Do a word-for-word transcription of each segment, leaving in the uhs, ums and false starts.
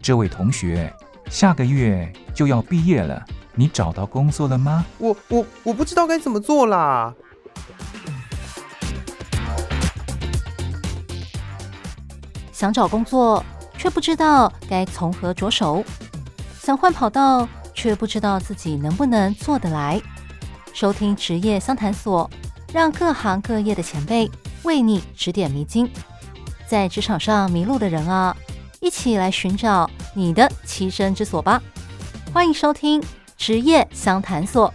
这位同学，下个月就要毕业了，你找到工作了吗？ 我我我不知道该怎么做啦。 想找工作，却不知道该从何着手；想换跑道，却不知道自己能不能做得来。收听职业相谈所，让各行各业的前辈为你指点迷津。在职场上迷路的人啊，一起来寻找你的栖身之所吧。欢迎收听职业相谈所。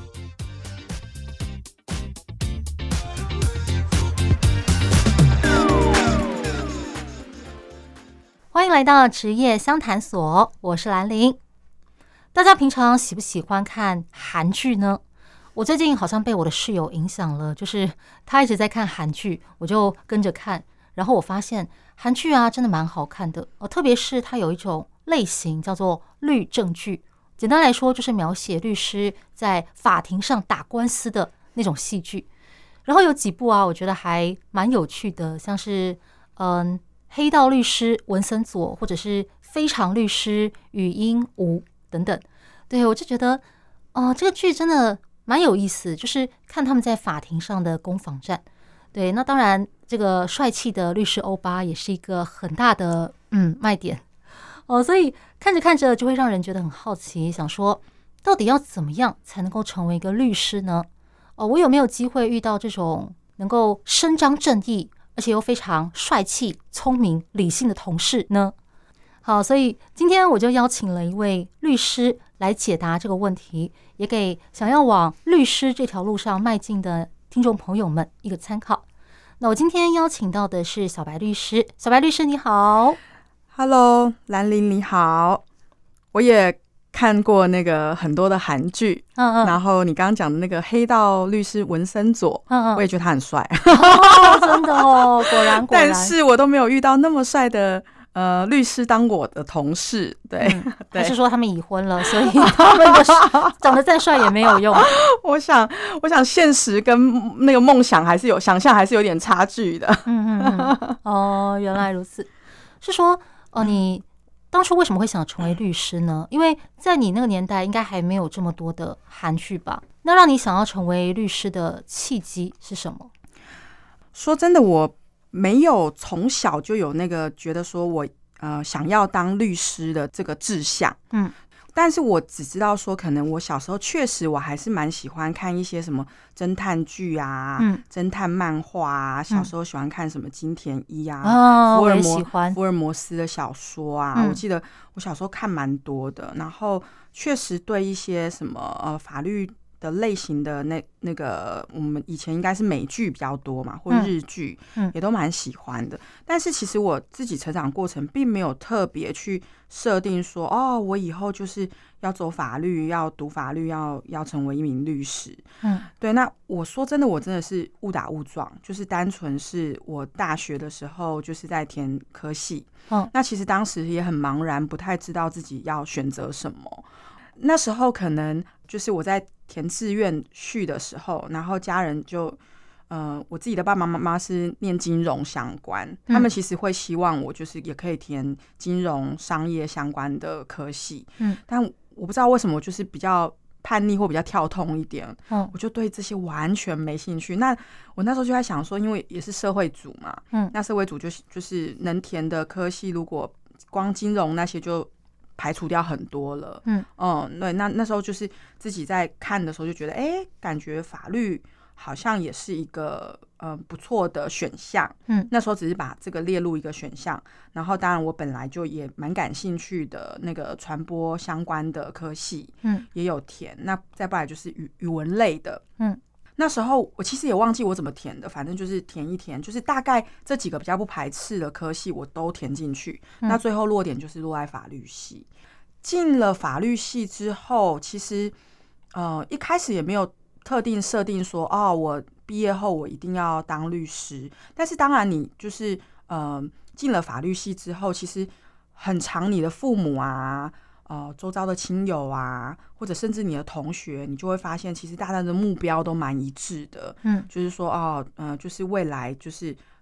欢迎来到职业相谈所，我是兰玲。大家平常喜不喜欢看韩剧呢？我最近好像被我的室友影响了，就是他一直在看韩剧，我就跟着看。然后我发现韩剧啊，真的蛮好看的哦，特别是它有一种类型叫做律政剧。简单来说，就是描写律师在法庭上打官司的那种戏剧。然后有几部啊，我觉得还蛮有趣的，像是嗯。黑道律师文森佐，或者是非常律师禹英禑等等，对，我就觉得，哦、呃，这个剧真的蛮有意思，就是看他们在法庭上的攻防战。对，那当然，这个帅气的律师欧巴也是一个很大的嗯卖点哦，所以看着看着就会让人觉得很好奇，想说到底要怎么样才能够成为一个律师呢？哦，我有没有机会遇到这种能够伸张正义，而且又非常帅气、聪明、理性的同事呢？好，所以今天我就邀请了一位律师来解答这个问题，也给想要往律师这条路上迈进的听众朋友们一个参考。那我今天邀请到的是小白律师，小白律师你好。 Hello， 兰玲你好。我也看过那个很多的韩剧，嗯嗯，然后你刚刚讲的那个黑道律师文森佐，嗯嗯，我也觉得他很帅， 哦，真的哦，果然果然。 但是我都没有遇到那么帅的呃律师当我的同事，对， 嗯、还是说他们已婚了，所以他们的长得再帅也没有用？ 我想，我想现实跟那个梦想还是有想象还是有点差距的。 嗯嗯嗯，哦，原来如此，是说哦你。当初为什么会想成为律师呢？因为在你那个年代应该还没有这么多的韩剧吧？那让你想要成为律师的契机是什么？ 说真的，我没有从小就有那个觉得说我呃想要当律师的这个志向，嗯。但是我只知道说，可能我小时候确实我还是蛮喜欢看一些什么侦探剧啊、嗯、侦探漫画啊。小时候喜欢看什么金田一啊、 哦、 福尔摩我也喜欢福尔摩斯的小说啊、嗯。我记得我小时候看蛮多的，然后确实对一些什么呃法律的类型的那那个，我们以前应该是美剧比较多嘛，或日剧，嗯，也都蛮喜欢的。但是其实我自己成长过程并没有特别去设定说，哦，我以后就是要走法律，要读法律，要要成为一名律师。嗯，对。那我说真的，我真的是误打误撞，就是单纯是我大学的时候就是在填科系，嗯，那其实当时也很茫然，不太知道自己要选择什么。那时候可能就是我在填志愿序的时候，然后家人就，呃，我自己的爸爸妈妈是念金融相关，嗯，他们其实会希望我就是也可以填金融商业相关的科系，嗯，但我不知道为什么我就是比较叛逆或比较跳痛一点，嗯，我就对这些完全没兴趣。那我那时候就在想说，因为也是社会组嘛，嗯，那社会组就是就是能填的科系，如果光金融那些就排除掉很多了，嗯嗯，对，那那时候就是自己在看的时候就觉得，哎，感觉法律好像也是一个呃不错的选项，嗯，那时候只是把这个列入一个选项，然后当然我本来就也蛮感兴趣的那个传播相关的科系，嗯，也有填，那再不来就是语语文类的，嗯。那时候我其实也忘记我怎么填的，反正就是填一填，就是大概这几个比较不排斥的科系我都填进去，嗯，那最后落点就是落在法律系。进了法律系之后，其实呃一开始也没有特定设定说，哦，我毕业后我一定要当律师。但是当然你就是呃进了法律系之后，其实很常你的父母啊，呃，周遭的亲友啊，或者甚至你的同学，你就会发现，其实大家的目标都蛮一致的。嗯，就是说，哦，呃，就是未来就是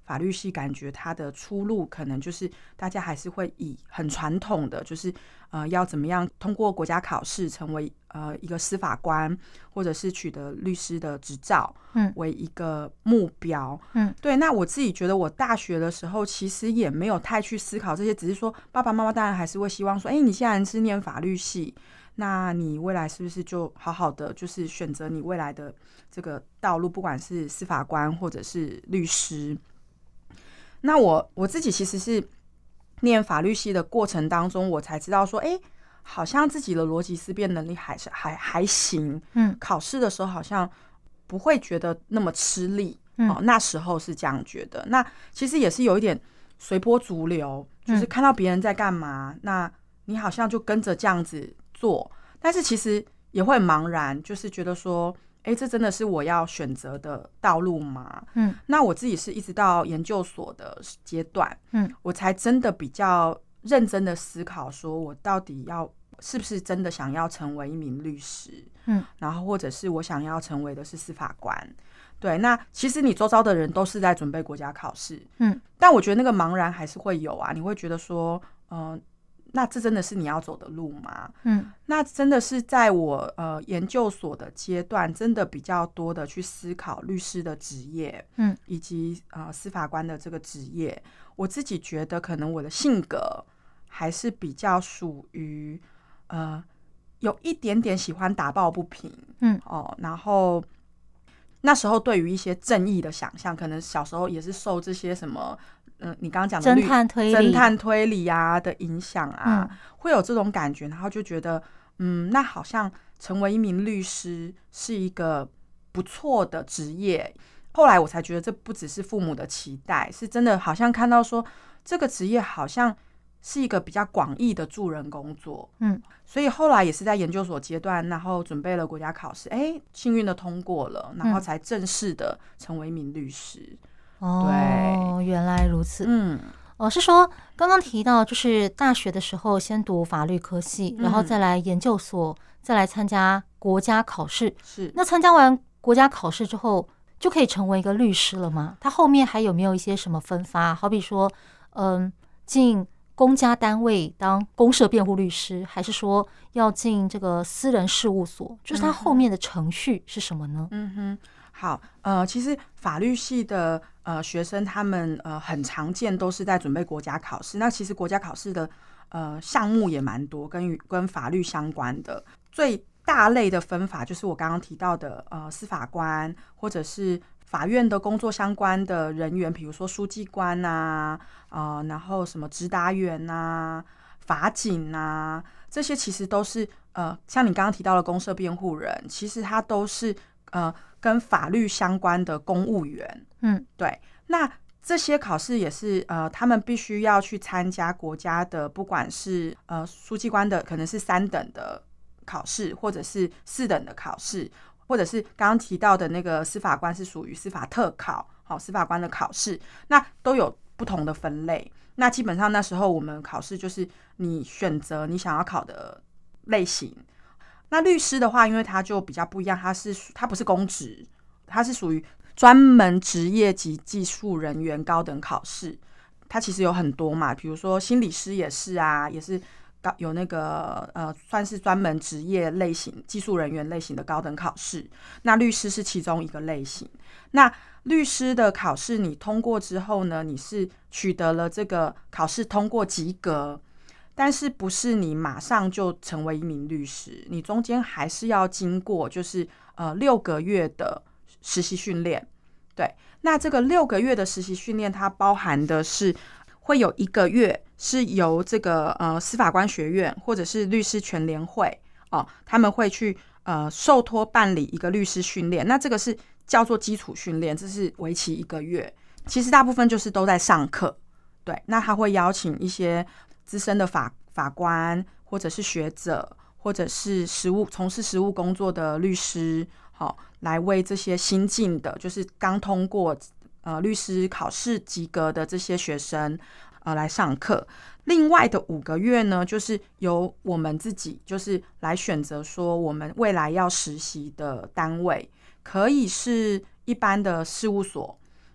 法律系感觉它的出路可能就是大家还是会以很传统的，就是呃要怎么样通过国家考试成为呃一个司法官，或者是取得律师的执照，嗯，为一个目标，嗯，对。那我自己觉得我大学的时候其实也没有太去思考这些，只是说爸爸妈妈当然还是会希望说，哎，你既然是念法律系，那你未来是不是就好好的就是选择你未来的这个道路，不管是司法官或者是律师。那我我自己其实是念法律系的过程当中，我才知道说，哎，好像自己的逻辑思辨能力还是还还行，嗯，考试的时候好像不会觉得那么吃力，嗯，哦，那时候是这样觉得。那其实也是有一点随波逐流，就是看到别人在干嘛，嗯，那你好像就跟着这样子做，但是其实也会茫然，就是觉得说，哎，这真的是我要选择的道路吗？嗯，那我自己是一直到研究所的阶段，嗯，我才真的比较认真的思考，说我到底要是不是真的想要成为一名律师，嗯，然后或者是我想要成为的是司法官。对，那其实你周遭的人都是在准备国家考试，嗯，但我觉得那个茫然还是会有啊，你会觉得说，嗯、呃。那这真的是你要走的路吗？嗯，那真的是在我呃研究所的阶段，真的比较多的去思考律师的职业，嗯，以及呃司法官的这个职业。我自己觉得，可能我的性格还是比较属于呃有一点点喜欢打抱不平，嗯哦，然后那时候对于一些正义的想象，可能小时候也是受这些什么。嗯，你刚刚讲的侦探推理、 侦探推理啊的影响啊、嗯，会有这种感觉，然后就觉得，嗯，那好像成为一名律师是一个不错的职业。后来我才觉得，这不只是父母的期待，是真的，好像看到说这个职业好像是一个比较广义的助人工作。嗯，所以后来也是在研究所阶段，然后准备了国家考试，哎，幸运的通过了，然后才正式的成为一名律师。 哦，原来如此。嗯，哦，是说刚刚提到，就是大学的时候先读法律科系，然后再来研究所，再来参加国家考试。 是， 那参加完国家考试之后，就可以成为一个律师了吗？他后面还有没有一些什么分发？好比说，嗯，进公家单位当公社辩护律师，还是说要进这个私人事务所？就是他后面的程序是什么呢？ 嗯哼。好，呃，其实法律系的呃学生，他们呃很常见都是在准备国家考试。那其实国家考试的呃项目也蛮多，跟跟法律相关的。最大类的分法就是我刚刚提到的呃司法官，或者是法院的工作相关的人员，比如说书记官啊，呃，然后什么执达员啊、法警啊，这些其实都是呃像你刚刚提到的公社辩护人，其实他都是呃。跟法律相关的公务员，嗯，对，那这些考试也是呃，他们必须要去参加国家的，不管是呃书记官的可能是三等的考试，或者是四等的考试，或者是刚刚提到的那个司法官是属于司法特考，好，司法官的考试，那都有不同的分类。那基本上那时候我们考试就是你选择你想要考的类型。那律师的话，因为他就比较不一样，他是他不是公职，他是属于专门职业及技术人员高等考试。他其实有很多嘛，比如说心理师也是啊，也是高有那个呃，算是专门职业类型、技术人员类型的高等考试。那律师是其中一个类型。那律师的考试你通过之后呢，你是取得了这个考试通过及格。但是不是你马上就成为一名律师，你中间还是要经过就是呃六个月的实习训练。对，那这个六个月的实习训练，它包含的是会有一个月是由这个呃司法官学院或者是律师全联会哦，他们会去呃受托办理一个律师训练。那这个是叫做基础训练，这是为期一个月。其实大部分就是都在上课。对，那他会邀请一些资深的法法官，或者是学者，或者是实务从事实务工作的律师，好，来为这些新进的，就是刚通过呃律师考试及格的这些学生，呃来上课。另外的五个月呢，就是由我们自己就是来选择说我们未来要实习的单位，可以是一般的事务所，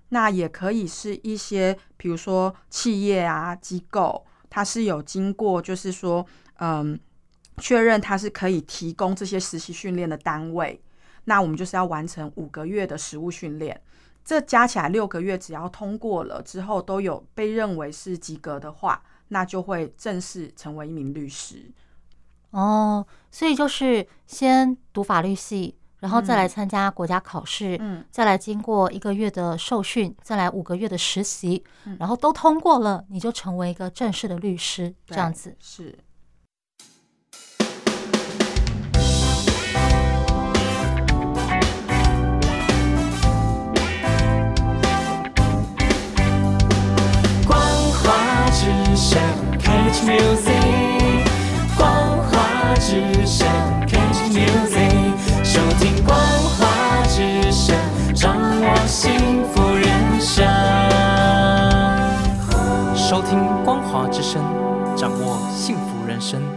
那也可以是一些比如说企业啊机构，它是有经过就是说嗯确认它是可以提供这些实习训练的单位，那我们就是要完成五个月的实务训练，这加起来六个月，只要通过了之后都有被认为是及格的话，那就会正式成为一名律师。 哦，所以就是先读法律系，然后再来参加国家考试，嗯，再来经过一个月的受训，再来五个月的实习，嗯，然后都通过了，你就成为一个正式的律师，这样子。 是。 之声 Catch Music， 光华之声 Catch Music， 收听光华之声，掌握幸福人生。收听光华之声，掌握幸福人生。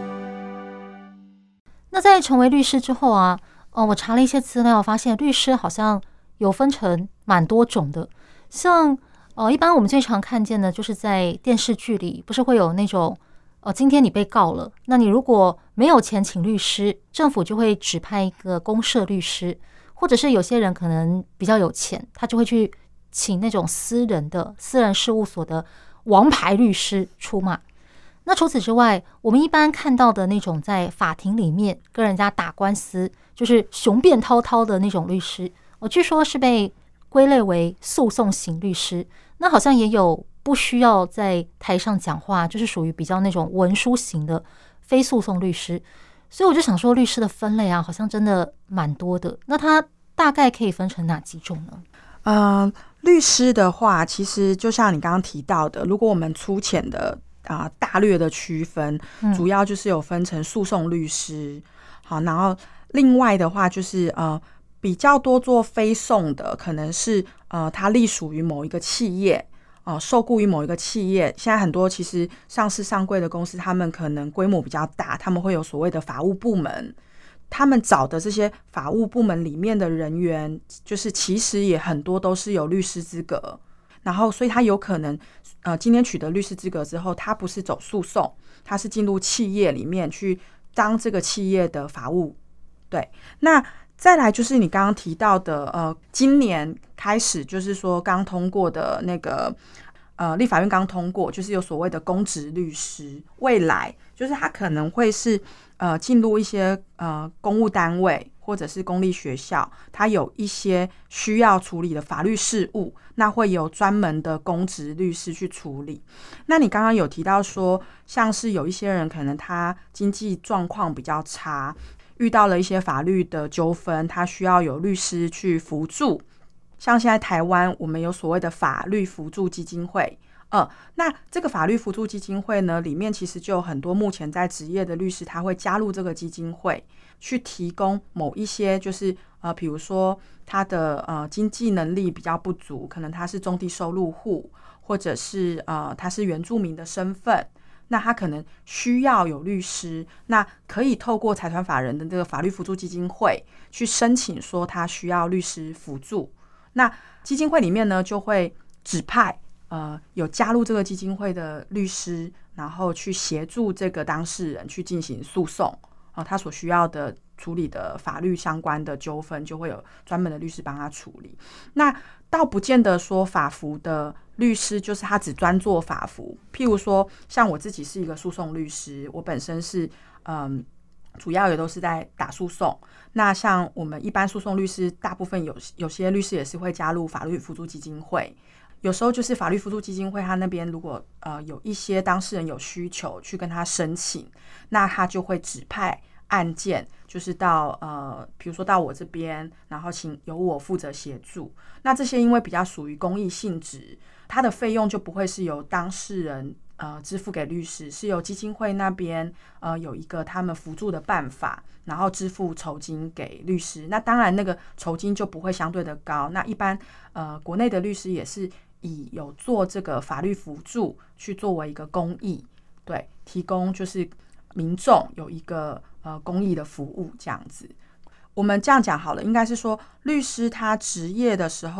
那在成为律师之后啊，哦，我查了一些资料，发现律师好像有分成蛮多种的，像。哦，一般我们最常看见的就是在电视剧里，不是会有那种，哦，今天你被告了，那你如果没有钱请律师，政府就会指派一个公社律师，或者是有些人可能比较有钱，他就会去请那种私人的私人事务所的王牌律师出马。那除此之外，我们一般看到的那种在法庭里面跟人家打官司，就是雄辩滔滔的那种律师，我据说是被归类为诉讼型律师。那好像也有不需要在台上讲话，就是属于比较那种文书型的非诉讼律师。所以我就想说，律师的分类啊，好像真的蛮多的。那它大概可以分成哪几种呢？ 呃，律师的话，其实就像你刚刚提到的，如果我们粗浅的啊、呃、大略的区分，主要就是有分成诉讼律师，好，然后另外的话就是呃。比较多做非讼的，可能是呃，它隶属于某一个企业，呃，受雇于某一个企业。现在很多其实上市上柜的公司，他们可能规模比较大，他们会有所谓的法务部门。他们找的这些法务部门里面的人员，就是其实也很多都是有律师资格。然后，所以他有可能呃，今天取得律师资格之后，他不是走诉讼，他是进入企业里面去当这个企业的法务。对，那。再来就是你刚刚提到的，呃，今年开始就是说刚通过的那个，呃，立法院刚通过，就是有所谓的公职律师，未来就是他可能会是呃进入一些呃公务单位或者是公立学校，他有一些需要处理的法律事务，那会有专门的公职律师去处理。那你刚刚有提到说，像是有一些人可能他经济状况比较差。遇到了一些法律的纠纷，他需要有律师去辅助。像现在台湾，我们有所谓的法律辅助基金会，呃，那这个法律辅助基金会呢，里面其实就有很多目前在职业的律师，他会加入这个基金会，去提供某一些就是呃，比如说他的呃经济能力比较不足，可能他是中低收入户，或者是呃他是原住民的身份。那他可能需要有律师，那可以透过财团法人的这个法律辅助基金会去申请说他需要律师辅助。那基金会里面呢，就会指派呃有加入这个基金会的律师，然后去协助这个当事人去进行诉讼啊、呃，他所需要的处理的法律相关的纠纷，就会有专门的律师帮他处理。那倒不见得说法服的律师就是他只专做法服，譬如说像我自己是一个诉讼律师，我本身是嗯，主要也都是在打诉讼。那像我们一般诉讼律师，大部分有有些律师也是会加入法律辅助基金会。有时候就是法律辅助基金会，他那边如果呃有一些当事人有需求去跟他申请，那他就会指派案件，就是到呃，比如说到我这边，然后请由我负责协助。那这些因为比较属于公益性质，它的费用就不会是由当事人呃支付给律师，是由基金会那边呃有一个他们辅助的办法，然后支付酬金给律师。那当然那个酬金就不会相对的高。那一般呃国内的律师也是以有做这个法律辅助去作为一个公益，对，提供就是民众有一个呃公益的服务这样子。我们这样讲好了，应该是说律师他执业的时候，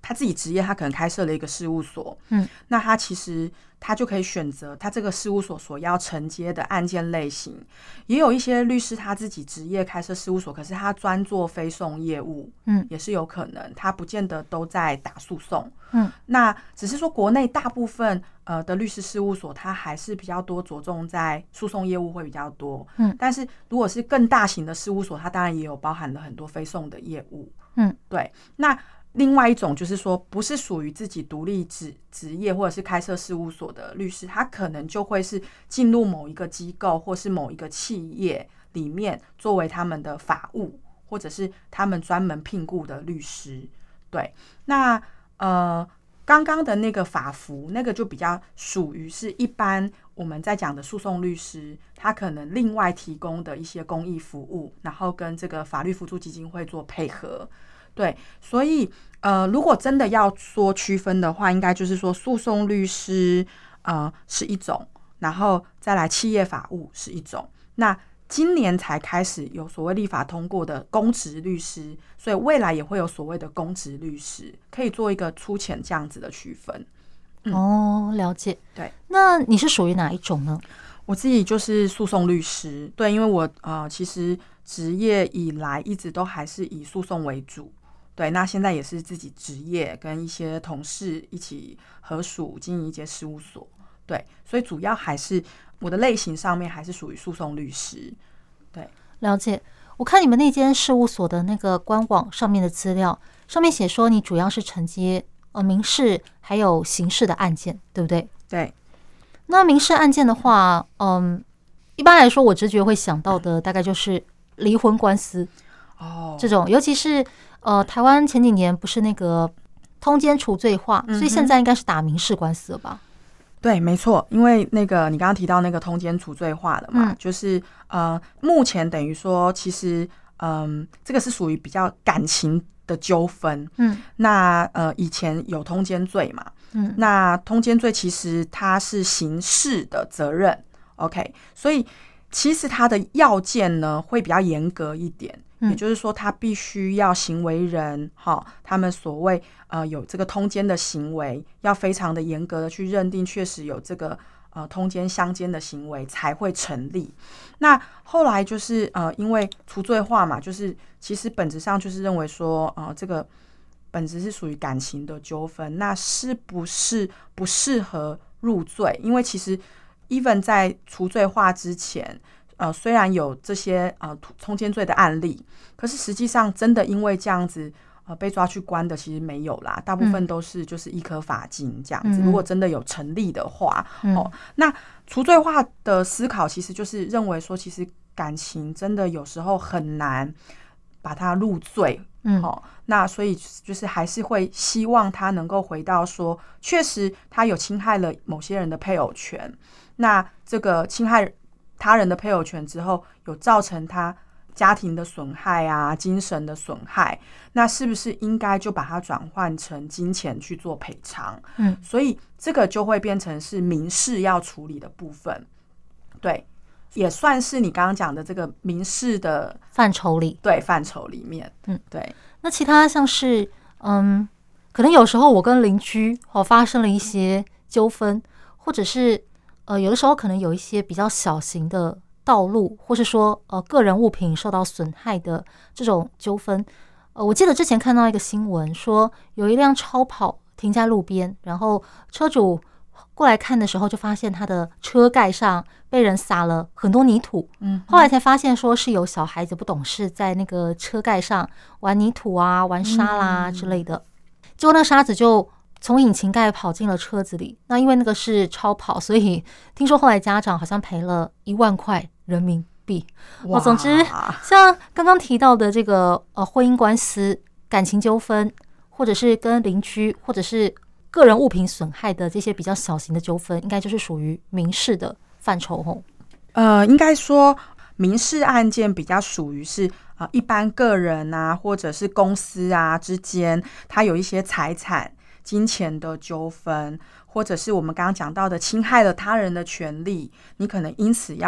他自己职业，他可能开设了一个事务所， 嗯， 那他其实他就可以选择他这个事务所所要承接的案件类型。也有一些律师他自己职业开设事务所，可是他专做非讼业务， 嗯， 也是有可能，他不见得都在打诉讼， 嗯， 那只是说国内大部分呃的律师事务所，它还是比较多着重在诉讼业务会比较多， 嗯， 但是如果是更大型的事务所，它当然也有包含了很多非讼的业务， 嗯， 对，那。另外一种就是说，不是属于自己独立职职业或者是开设事务所的律师，他可能就会是进入某一个机构或是某一个企业里面，作为他们的法务或者是他们专门聘雇的律师。对，那呃，刚刚的那个法服，那个就比较属于是一般我们在讲的诉讼律师，他可能另外提供的一些公益服务，然后跟这个法律扶助基金会做配合。对，所以呃，如果真的要说区分的话，应该就是说诉讼律师呃是一种，然后再来企业法务是一种。那今年才开始有所谓立法通过的公职律师，所以未来也会有所谓的公职律师，可以做一个粗浅这样子的区分。 嗯、哦，了解。 对， 那你是属于哪一种呢？ 我自己就是诉讼律师，对，因为我呃其实职业以来一直都还是以诉讼为主。对，那现在也是自己职业跟一些同事一起合属经营一间事务所，对，所以主要还是我的类型上面还是属于诉讼律师。对， 了解。我看你们那间事务所的那个官网上面的资料，上面写说你主要是承接呃民事还有刑事的案件，对不对？ 对。 那民事案件的话，嗯，一般来说我直觉会想到的大概就是离婚官司哦， 这种，尤其是。呃，台湾前几年不是那个通奸除罪化， 嗯、 所以现在应该是打民事官司了吧？ 对，没错，因为那个你刚刚提到那个通奸除罪化了嘛，嗯、就是呃，目前等于说，其实嗯、呃，这个是属于比较感情的纠纷， 嗯， 那呃，以前有通奸罪嘛， 嗯， 那通奸罪其实它是刑事的责任 ，OK， 所以其实它的要件呢会比较严格一点。也就是说，他必须要行为人哈，他们所谓呃有这个通奸的行为，要非常的严格的去认定，确实有这个呃通奸相奸的行为才会成立。那后来就是呃因为除罪化嘛，就是其实本质上就是认为说呃这个本质是属于感情的纠纷，那是不是不适合入罪？因为其实 even 在除罪化之前。呃，虽然有这些呃通奸罪的案例，可是实际上真的因为这样子呃被抓去关的其实没有啦，大部分都是就是一颗罚金这样子。嗯、如果真的有成立的话，嗯、哦，那除罪化的思考其实就是认为说，其实感情真的有时候很难把它入罪，嗯，哦，那所以就是还是会希望他能够回到说，确实他有侵害了某些人的配偶权，那这个侵害他人的配偶权之后，有造成他家庭的损害啊、精神的损害，那是不是应该就把它转换成金钱去做赔偿？嗯，所以这个就会变成是民事要处理的部分，对，也算是你刚刚讲的这个民事的范畴里， 对，范畴里面，嗯，对。 那其他像是，嗯，可能有时候我跟邻居哦发生了一些纠纷，或者是。呃，有的时候可能有一些比较小型的道路，或是说呃个人物品受到损害的这种纠纷。呃，我记得之前看到一个新闻，说有一辆超跑停在路边，然后车主过来看的时候，就发现他的车盖上被人撒了很多泥土。嗯，后来才发现说是有小孩子不懂事，在那个车盖上玩泥土啊、玩沙啦之类的，结果那个沙子就从引擎盖跑进了车子里，那因为那个是超跑，所以听说后来家长好像赔了一万块人民币。哦，总之像刚刚提到的这个呃婚姻官司、感情纠纷，或者是跟邻居或者是个人物品损害的这些比较小型的纠纷，应该就是属于民事的范畴哦。 呃，应该说民事案件比较属于是啊、呃、一般个人啊或者是公司啊之间，它有一些财产。金钱的纠纷，或者是我们刚刚讲到的侵害了他人的权利，你可能因此要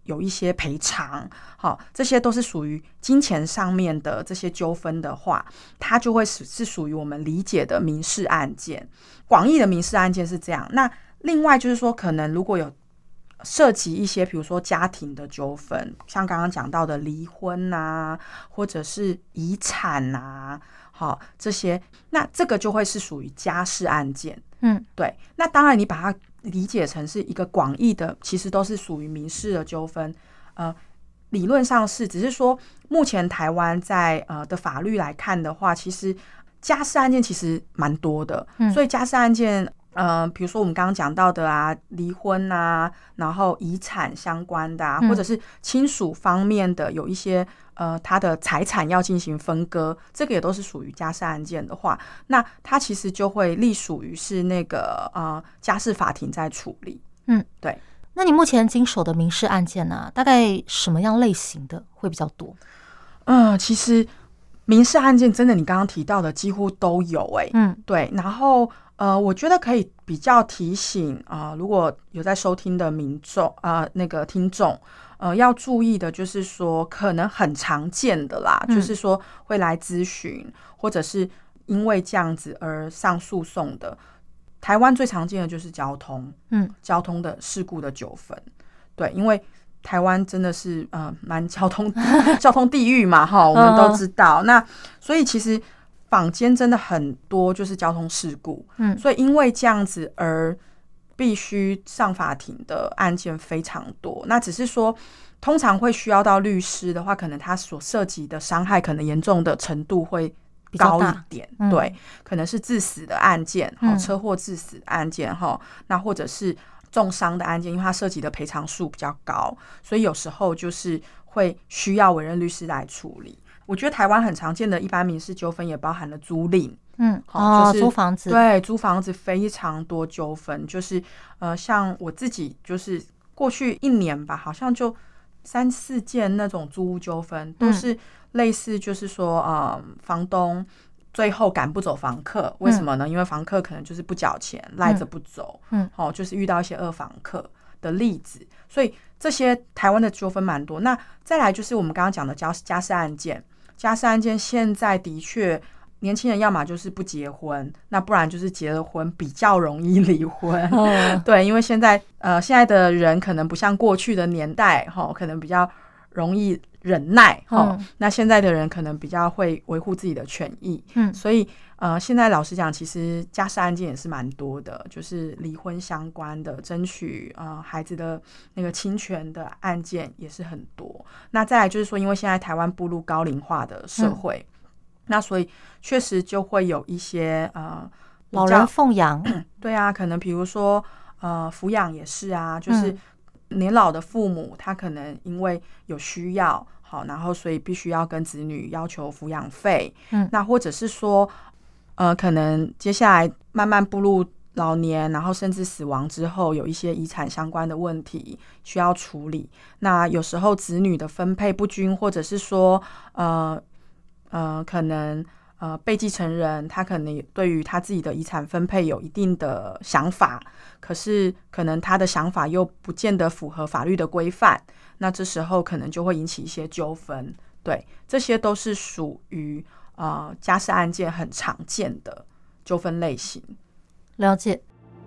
有一些赔偿，好，这些都是属于金钱上面的这些纠纷的话，它就会是是属于我们理解的民事案件。广义的民事案件是这样。那另外就是说，可能如果有涉及一些，比如说家庭的纠纷，像刚刚讲到的离婚啊，或者是遗产啊，好，这些，那这个就会是属于家事案件。 嗯， 对。那当然，你把它理解成是一个广义的，其实都是属于民事的纠纷。呃，理论上是，只是说目前台湾在呃的法律来看的话，其实家事案件其实蛮多的， 嗯、 所以家事案件。呃，比如说我们刚刚讲到的啊，离婚啊，然后遗产相关的啊， 嗯、 或者是亲属方面的有一些呃，他的财产要进行分割，这个也都是属于家事案件的话，那它其实就会隶属于是那个呃家事法庭在处理。 嗯， 对。 那你目前经手的民事案件呢、啊，大概什么样类型的会比较多？ 嗯、呃，其实民事案件真的你刚刚提到的几乎都有哎、欸， 嗯， 对，然后。呃，我觉得可以比较提醒啊、呃，如果有在收听的民众啊、呃，那个听众，呃，要注意的就是说，可能很常见的啦，嗯、就是说会来咨询，或者是因为这样子而上诉讼的。台湾最常见的就是交通， 嗯， 交通的事故的纠纷，对，因为台湾真的是呃蛮交通交通地狱嘛，哈，我们都知道。那所以其实。坊间真的很多就是交通事故，嗯，所以因为这样子而必须上法庭的案件非常多。那只是说，通常会需要到律师的话，可能他所涉及的伤害可能严重的程度会高一点，嗯、对，可能是致死的案件，哈、嗯，车祸致死的案件，哈，那或者是重伤的案件，因为它涉及的赔偿数比较高，所以有时候就是会需要委任律师来处理。我觉得台湾很常见的一般民事纠纷也包含了租赁， 嗯， 哦，就是、 租房子， 对，租房子非常多纠纷，就是呃，像我自己就是过去一年吧，好像就三四件那种租屋纠纷，都是类似，就是说呃，房东最后赶不走房客，为什么呢？因为房客可能就是不缴钱，赖着不走，嗯，好、哦，就是遇到一些恶房客的例子，所以这些台湾的纠纷蛮多。那再来就是我们刚刚讲的家家事案件。家事案件现在的确，年轻人要么就是不结婚，那不然就是结了婚比较容易离婚。哦、对，因为现在呃，现在的人可能不像过去的年代哈，可能比较容易忍耐哈。嗯、那现在的人可能比较会维护自己的权益。嗯，所以呃，现在老实讲，其实家事案件也是蛮多的，就是离婚相关的，争取呃孩子的那个侵权的案件也是很多。那再来就是说，因为现在台湾步入高龄化的社会，嗯、那所以确实就会有一些呃老人奉养， 对啊，可能比如说呃抚养也是啊，就是年老的父母他可能因为有需要，好，然后所以必须要跟子女要求抚养费，嗯，那或者是说。呃，可能接下来慢慢步入老年，然后甚至死亡之后，有一些遗产相关的问题需要处理。那有时候子女的分配不均，或者是说，呃呃，可能呃被继承人他可能对于他自己的遗产分配有一定的想法，可是可能他的想法又不见得符合法律的规范，那这时候可能就会引起一些纠纷。对，这些都是属于。呃，家事案件很常见的纠纷类型。 了解。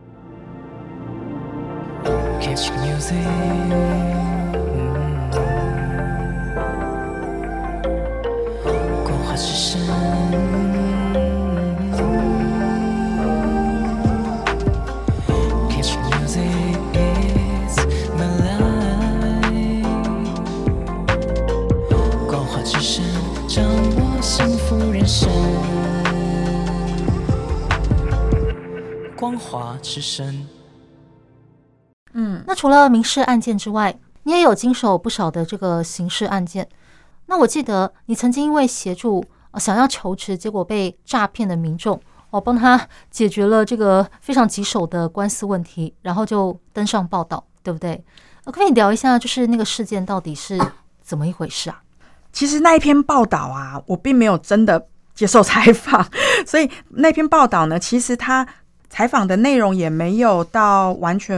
Catch music， 光华之声。Catch music is my life。光华之声，掌握幸福人生。光华之声。 嗯，那除了民事案件之外，你也有经手不少的这个刑事案件。那我记得你曾经因为协助、呃、想要求职，结果被诈骗的民众，我帮他解决了这个非常棘手的官司问题，然后就登上报道，对不对？可不可以聊一下，就是那个事件到底是怎么一回事啊？ 其实那一篇报道啊，我并没有真的接受采访，所以那篇报道呢，其实它采访的内容也没有到完全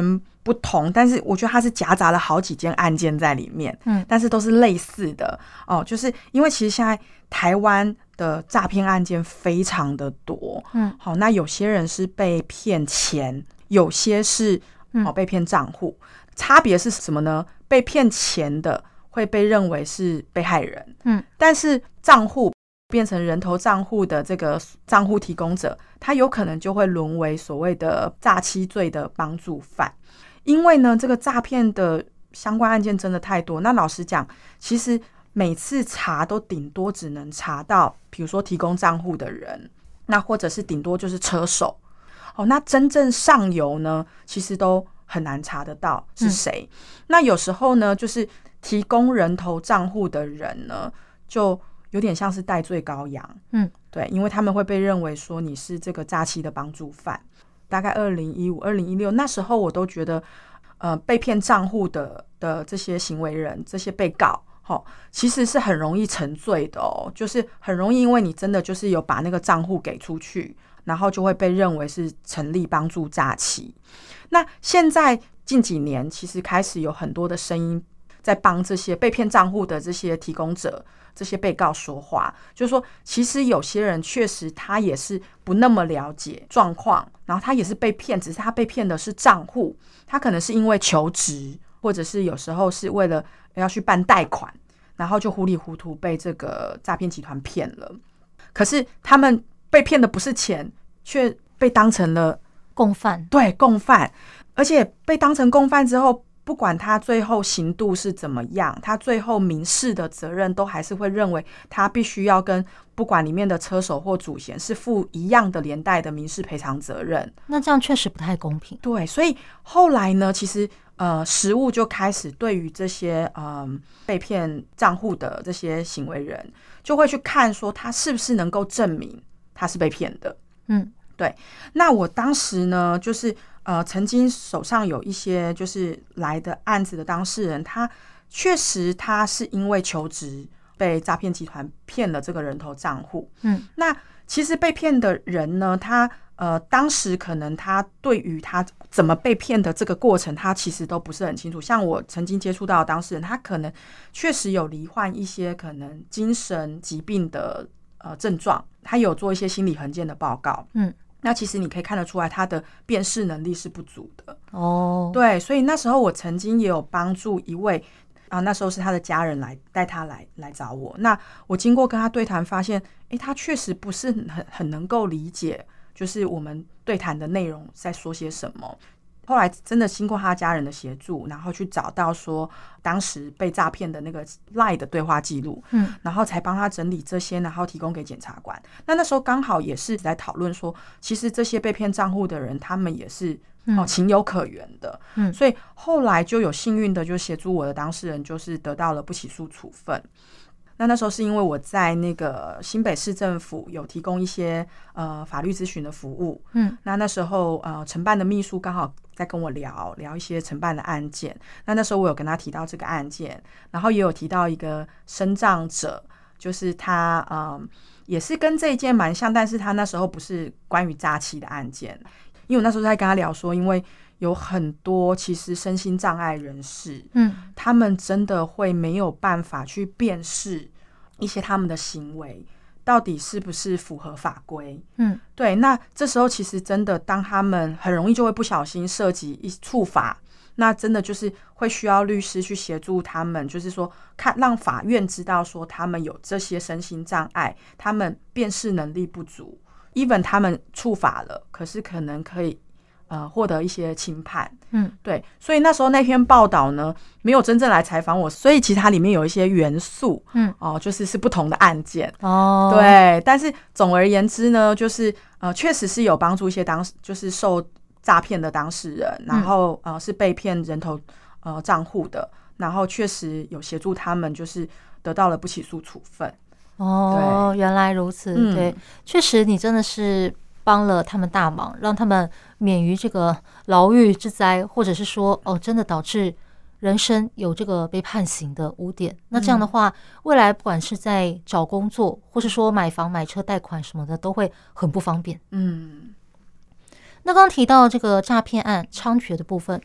不同，但是我觉得它是夹杂了好几件案件在里面， 嗯， 但是都是类似的哦。就是因为其实现在台湾的诈骗案件非常的多， 嗯， 好，那有些人是被骗钱，有些是哦被骗账户，差别是什么呢？被骗钱的会被认为是被害人， 嗯， 但是账户变成人头账户的这个账户提供者，他有可能就会沦为所谓的诈欺罪的帮助犯。因为呢，这个诈骗的相关案件真的太多。那老实讲，其实每次查都顶多只能查到，比如说提供账户的人，那或者是顶多就是车手。哦，那真正上游呢，其实都很难查得到是谁。嗯、那有时候呢，就是提供人头账户的人呢，就有点像是代罪羔羊。嗯，对，因为他们会被认为说你是这个诈欺的帮助犯。大概二零一五、二零一六那时候，我都觉得，呃，被骗账户的的这些行为人、这些被告，哦，其实是很容易成罪的哦，就是很容易，因为你真的就是有把那个账户给出去，然后就会被认为是成立帮助诈欺。那现在近几年，其实开始有很多的声音在帮这些被骗账户的这些提供者、这些被告说话，就是说，其实有些人确实他也是不那么了解状况，然后他也是被骗，只是他被骗的是账户，他可能是因为求职，或者是有时候是为了要去办贷款，然后就糊里糊涂被这个诈骗集团骗了。可是他们被骗的不是钱，却被当成了共犯， 对，共犯，而且被当成共犯之后，不管他最后刑度是怎么样，他最后民事的责任都还是会认为他必须要跟不管里面的车手或主嫌是负一样的连带的民事赔偿责任。 那这样确实不太公平。 对，所以后来呢，其实呃，实务就开始对于这些嗯、呃、被骗账户的这些行为人，就会去看说他是不是能够证明他是被骗的。嗯，对。那我当时呢，就是呃，曾经手上有一些就是来的案子的当事人，他确实他是因为求职被诈骗集团骗了这个人头账户。嗯，那其实被骗的人呢，他呃当时可能他对于他怎么被骗的这个过程，他其实都不是很清楚。像我曾经接触到的当事人，他可能确实有罹患一些可能精神疾病的呃症状，他有做一些心理衡鉴的报告。嗯。那其实你可以看得出来，他的辨识能力是不足的哦。对，所以那时候我曾经也有帮助一位啊，那时候是他的家人来带他来来找我。那我经过跟他对谈，发现，哎，他确实不是很很能够理解，就是我们对谈的内容在说些什么。后来真的经过他家人的协助，然后去找到说当时被诈骗的那个 LINE 的对话记录，嗯，然后才帮他整理这些，然后提供给检察官。那那时候刚好也是在讨论说，其实这些被骗账户的人，他们也是哦情有可原的，嗯，所以后来就有幸运的就协助我的当事人，就是得到了不起诉处分。那那时候是因为我在那个新北市政府有提供一些呃法律咨询的服务，嗯，那那时候呃承办的秘书刚好在跟我聊聊一些承办的案件，那那时候我有跟他提到这个案件，然后也有提到一个身障者，就是他呃也是跟这一件蛮像，但是他那时候不是关于诈欺的案件，因为我那时候在跟他聊说，因为有很多其实身心障碍人士，嗯，他们真的会没有办法去辨识一些他们的行为到底是不是符合法规，嗯，对。那这时候其实真的，当他们很容易就会不小心涉及一触法，那真的就是会需要律师去协助他们，就是说看让法院知道说他们有这些身心障碍，他们辨识能力不足 ，even 他们触法了，可是可能可以。呃，获得一些轻判，嗯，对，所以那时候那篇报道呢，没有真正来采访我，所以其实它里面有一些元素，嗯，哦、呃，就是是不同的案件，哦，对，但是总而言之呢，就是呃，确实是有帮助一些当就是受诈骗的当事人，然后呃是被骗人头呃账户的，然后确实有协助他们，就是得到了不起诉处分。 哦，原来如此，嗯、对，确实你真的是。帮了他们大忙，让他们免于这个牢狱之灾，或者是说哦，真的导致人生有这个被判刑的污点。那这样的话，未来不管是在找工作，或是说买房、买车、贷款什么的，都会很不方便。嗯，那刚刚提到这个诈骗案猖獗的部分，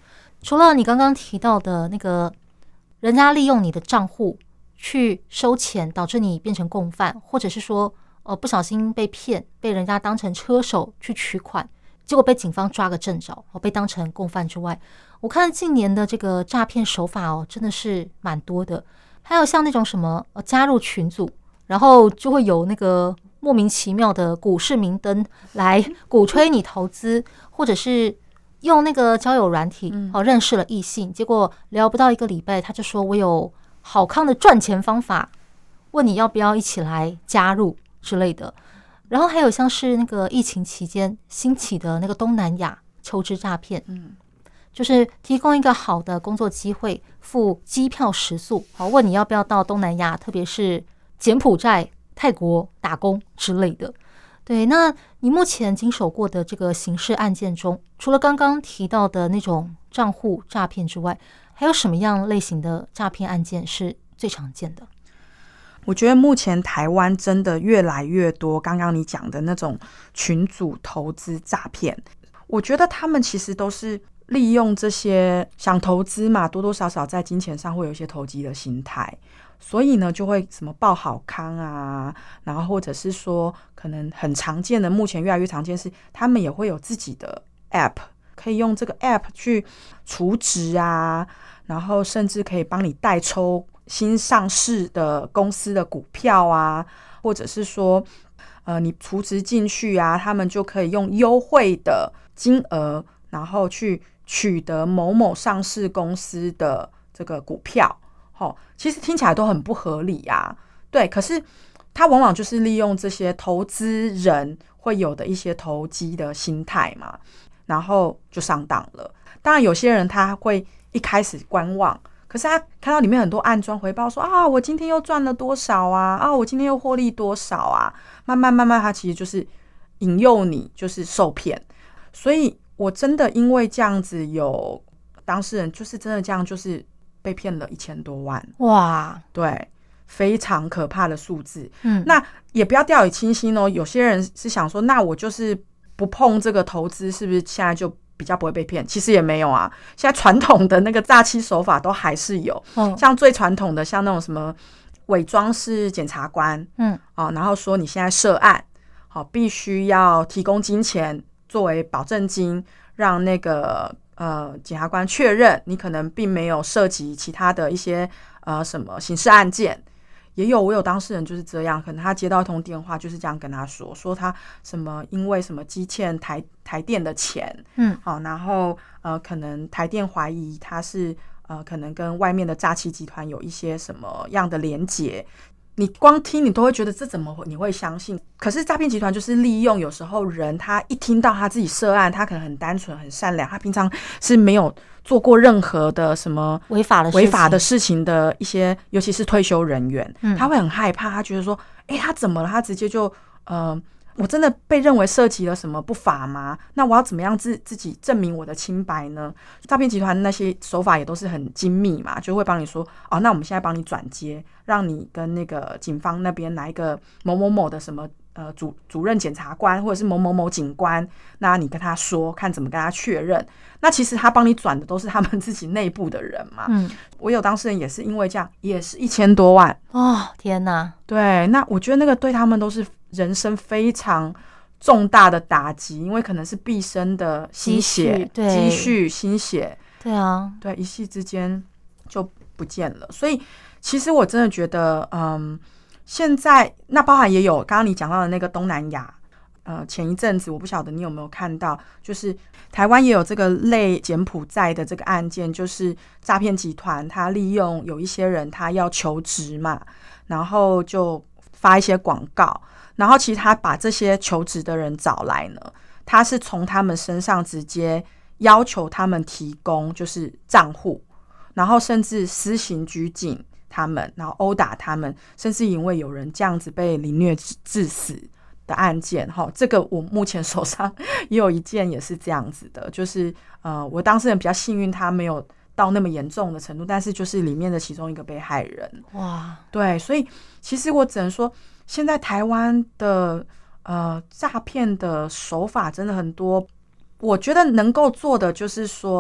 除了你刚刚提到的那个人家利用你的账户去收钱，导致你变成共犯，或者是说呃不小心被骗，被人家当成车手去取款，结果被警方抓个正着，被当成共犯之外，我看近年的这个诈骗手法哦，真的是蛮多的。还有像那种什么呃加入群组，然后就会有那个莫名其妙的股市明灯来鼓吹你投资，或者是用那个交友软体哦认识了异性，结果聊不到一个礼拜，他就说我有好康的赚钱方法，问你要不要一起来加入之类的。然后还有像是那个疫情期间兴起的那个东南亚求职诈骗，嗯，就是提供一个好的工作机会，付机票食宿，好问你要不要到东南亚，特别是柬埔寨、泰国打工之类的。对，那你目前经手过的这个刑事案件中，除了刚刚提到的那种账户诈骗之外，还有什么样类型的诈骗案件是最常见的？ 我觉得目前台湾真的越来越多刚刚你讲的那种群组投资诈骗，我觉得他们其实都是利用这些想投资嘛，多多少少在金钱上会有一些投机的心态，所以呢就会什么报好康啊，然后或者是说可能很常见的，目前越来越常见是他们也会有自己的 app， 可以用这个 app 去储值啊，然后甚至可以帮你代抽新上市的公司的股票啊，或者是说呃，你储值进去啊，他们就可以用优惠的金额然后去取得某某上市公司的这个股票，哦，其实听起来都很不合理啊。对，可是他往往就是利用这些投资人会有的一些投机的心态嘛，然后就上当了。当然有些人他会一开始观望，可是他看到里面很多暗装回报说啊，我今天又赚了多少啊，啊，我今天又获利多少啊，慢慢慢慢他其实就是引诱你就是受骗。所以我真的因为这样子有当事人就是真的这样就是被骗了一千多万， 哇， 对，非常可怕的数字。 嗯， 那也不要掉以轻心哦，有些人是想说那我就是不碰这个投资，是不是现在就比较不会被骗？其实也没有啊，现在传统的那个诈欺手法都还是有，嗯，像最传统的像那种什么伪装是检察官，嗯，哦，然后说你现在涉案，好，必须要提供金钱作为保证金，让那个呃检察官确认你可能并没有涉及其他的一些呃什么刑事案件。也有我有当事人就是这样，可能他接到一通电话就是这样跟他说，说他什么因为什么积欠台台电的钱，嗯，好，然后呃可能台电怀疑他是呃可能跟外面的诈欺集团有一些什么样的连结。你光听你都会觉得这怎么你会相信？可是诈骗集团就是利用有时候人他一听到他自己涉案，他可能很单纯很善良，他平常是没有做过任何的什么违法的违法的事情的一些，尤其是退休人员，嗯，他会很害怕，他觉得说，哎、欸，他怎么了？他直接就呃。我真的被认为涉及了什么不法吗？那我要怎么样自自己证明我的清白呢？诈骗集团那些手法也都是很精密嘛，就会帮你说，哦，那我们现在帮你转接，让你跟那个警方那边来一个某某某的什么呃主主任检察官或者是某某某警官，那你跟他说，看怎么跟他确认。那其实他帮你转的都是他们自己内部的人嘛。嗯，我有当事人也是因为这样，也是一千多万哦，天哪！对， 那我觉得那个对他们都是人生非常重大的打击，因为可能是毕生的心血、积蓄、心血， 对啊， 对，一夕之间就不见了。所以其实我真的觉得，嗯，现在那包含也有刚刚你讲到的那个东南亚。呃，前一阵子我不晓得你有没有看到，就是台湾也有这个类柬埔寨的这个案件，就是诈骗集团他利用有一些人他要求职嘛，然后就发一些广告，然后其实他把这些求职的人找来呢，他是从他们身上直接要求他们提供就是账户，然后甚至私刑拘禁他们，然后殴打他们，甚至因为有人这样子被凌虐致死的案件，这个我目前手上也有一件也是这样子的，就是呃，我当事人比较幸运，他没有到那么严重的程度，但是就是里面的其中一个被害人。哇，对，所以其实我只能说，现在台湾的呃诈骗的手法真的很多，我觉得能够做的就是说，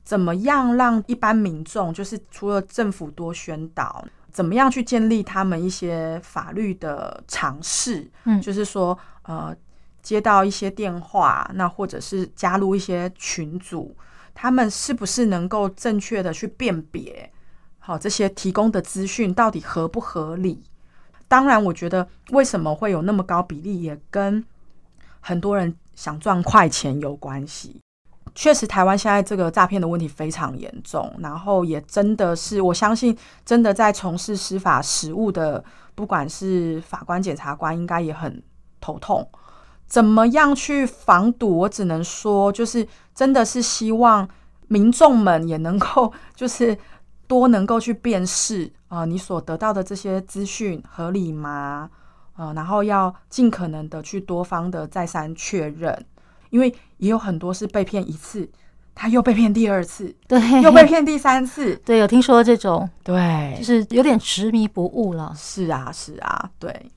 怎么样让一般民众，就是除了政府多宣导，怎么样去建立他们一些法律的常识，嗯，就是说呃接到一些电话，那或者是加入一些群组，他们是不是能够正确的去辨别好这些提供的资讯到底合不合理？当然我觉得为什么会有那么高比例，也跟很多人想赚快钱有关系。确实台湾现在这个诈骗的问题非常严重，然后也真的是我相信真的在从事司法实务的不管是法官检察官应该也很头痛。怎么样去防堵，我只能说就是真的是希望民众们也能够就是多能够去辨识啊、呃，你所得到的这些资讯合理吗？呃，然后要尽可能的去多方的再三确认，因为也有很多是被骗一次，他又被骗第二次， 对， 又被骗第三次， 对，有听说这种， 对， 就是有点执迷不悟了。 是啊，是啊，对。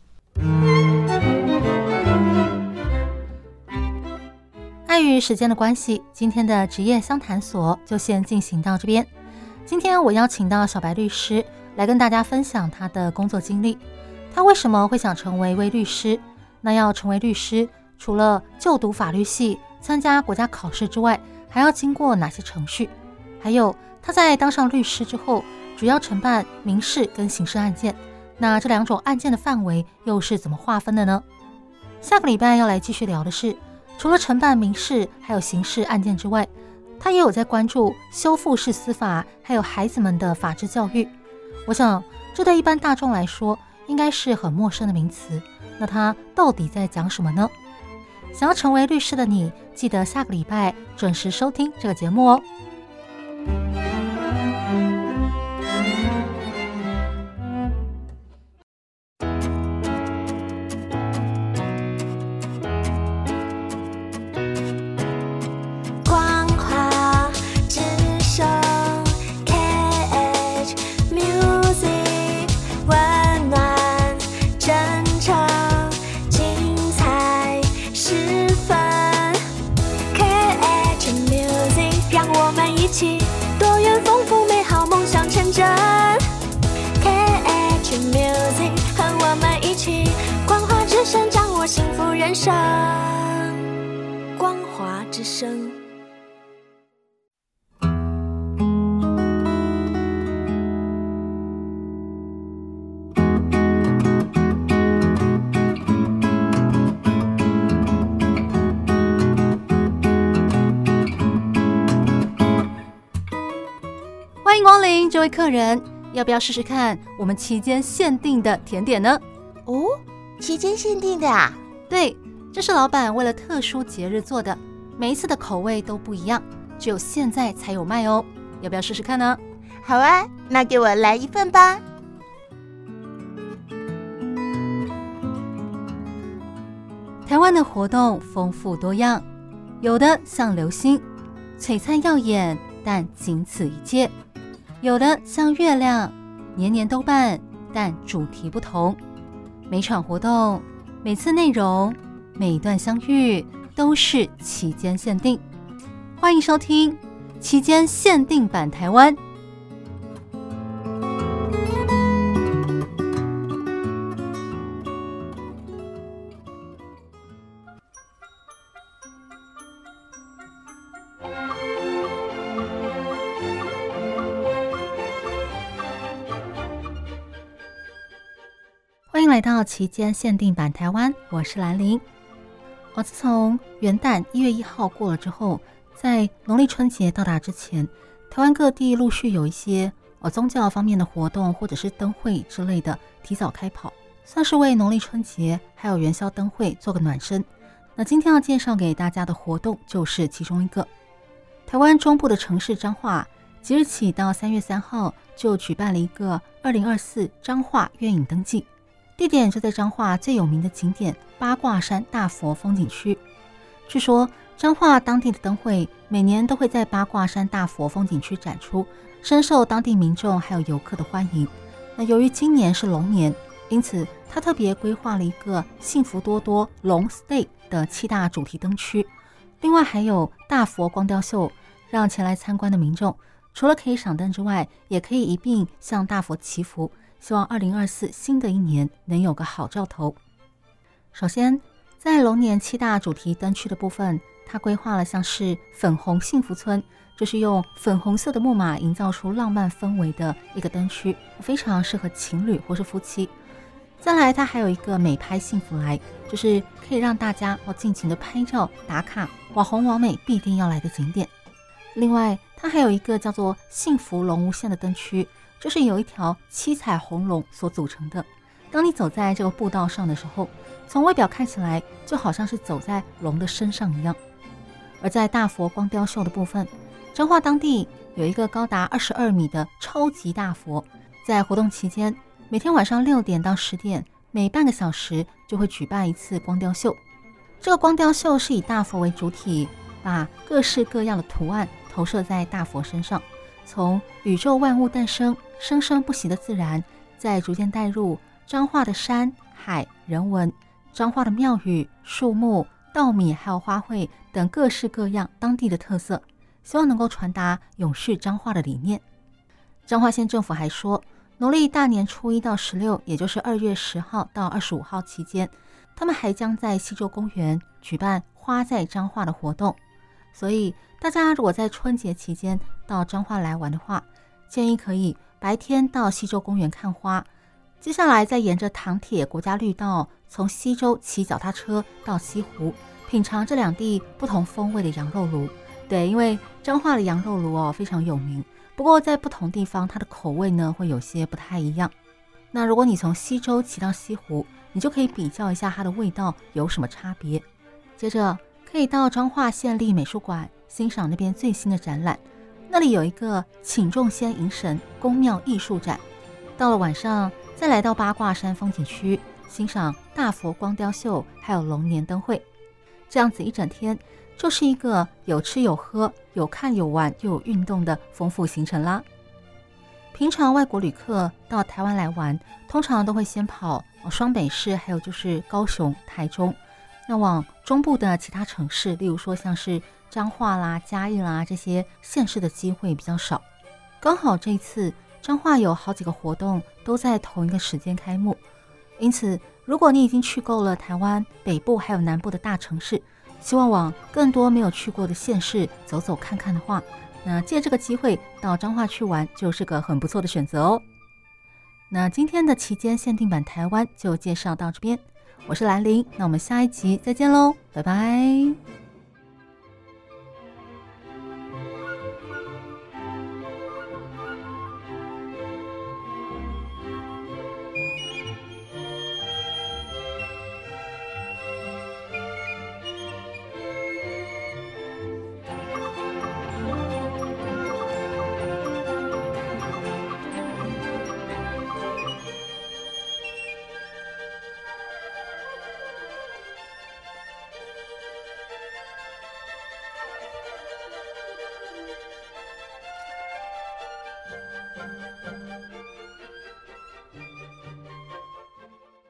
碍于时间的关系，今天的职业相谈所就先进行到这边。今天我邀请到小白律师来跟大家分享他的工作经历。他为什么会想成为一位律师？那要成为律师，除了就读法律系、参加国家考试之外，还要经过哪些程序？还有他在当上律师之后，主要承办民事跟刑事案件，那这两种案件的范围又是怎么划分的呢？下个礼拜要来继续聊的是，除了承办民事还有刑事案件之外，他也有在关注修复式司法，还有孩子们的法治教育。我想这对一般大众来说应该是很陌生的名词，那他到底在讲什么呢？想要成为律师的你，记得下个礼拜准时收听这个节目哦。 多元丰富美好梦想成真 K H Music 和我们一起光华之声掌握幸福人生光华之声欢迎光临，这位客人，要不要试试看我们期间限定的甜点呢？ 哦，期间限定的啊？ 对，这是老板为了特殊节日做的，每一次的口味都不一样，只有现在才有卖哦。要不要试试看呢？ 好啊，那给我来一份吧。 台湾的活动丰富多样，有的像流星，璀璨耀眼，但仅此一届。有的像月亮，年年都办，但主题不同。每场活动、每次内容、每一段相遇都是期间限定。欢迎收听期间限定版台湾。欢迎来到期间限定版台湾，我是兰玲。哦，自从元旦一月一号过了之后，在农历春节到达之前，台湾各地陆续有一些哦宗教方面的活动或者是灯会之类的提早开跑，算是为农历春节还有元宵灯会做个暖身。那今天要介绍给大家的活动就是其中一个。台湾中部的城市彰化，即日起到三月三号就举办了一个二零二四彰化月影灯季。地点就在彰化最有名的景点八卦山大佛风景区。据说彰化当地的灯会每年都会在八卦山大佛风景区展出，深受当地民众还有游客的欢迎。那由于今年是龙年，因此他特别规划了一个幸福多多龙 Stay 的七大主题灯区，另外还有大佛光雕秀、 让前来参观的民众除了可以赏灯之外，也可以一并向大佛祈福，希望二零二四新的一年能有个好兆头。首先，在龙年七大主题灯区的部分，它规划了像是粉红幸福村，就是用粉红色的木马营造出浪漫氛围的一个灯区，非常适合情侣或是夫妻。再来，它还有一个美拍幸福来，就是可以让大家要尽情的拍照打卡，网红网美必定要来的景点。另外，它还有一个叫做幸福龙无限的灯区，就是有一条七彩虹龙所组成的。当你走在这个步道上的时候，从外表看起来就好像是走在龙的身上一样。而在大佛光雕秀的部分，彰化当地有一个高达二十二米的超级大佛，在活动期间，每天晚上六点到十点，每半个小时就会举办一次光雕秀。这个光雕秀是以大佛为主体，把各式各样的图案投射在大佛身上，从宇宙万物诞生、生生不息的自然，再逐渐带入彰化的山海人文、彰化的庙宇、树木、稻米还有花卉等各式各样当地的特色，希望能够传达永续彰化的理念。彰化县政府还说，农历大年初一到十六，也就是二月十号到二十五号期间，他们还将在西洲公园举办花在彰化的活动。所以大家如果在春节期间到彰化来玩的话，建议可以白天到西洲公园看花，接下来再沿着糖铁国家绿道从西洲骑脚踏车到西湖，品尝这两地不同风味的羊肉炉。对，因为彰化的羊肉炉哦非常有名，不过在不同地方它的口味呢会有些不太一样。那如果你从西洲骑到西湖，你就可以比较一下它的味道有什么差别。接着可以到彰化县立美术馆欣赏那边最新的展览，那里有一个请众仙迎神宫庙艺术展。到了晚上，再来到八卦山风景区欣赏大佛光雕秀，还有龙年灯会。这样子一整天就是一个有吃有喝、有看有玩又有运动的丰富行程啦。平常外国旅客到台湾来玩，通常都会先跑双北市，还有就是高雄、台中。那往中部的其他城市，例如说像是彰化啦、嘉义啦这些县市的机会比较少。刚好这一次彰化有好几个活动都在同一个时间开幕，因此如果你已经去够了台湾北部还有南部的大城市，希望往更多没有去过的县市走走看看的话，那借这个机会到彰化去玩就是个很不错的选择哦。那今天的期间限定版台湾就介绍到这边，我是兰玲，那我们下一集再见喽，拜拜。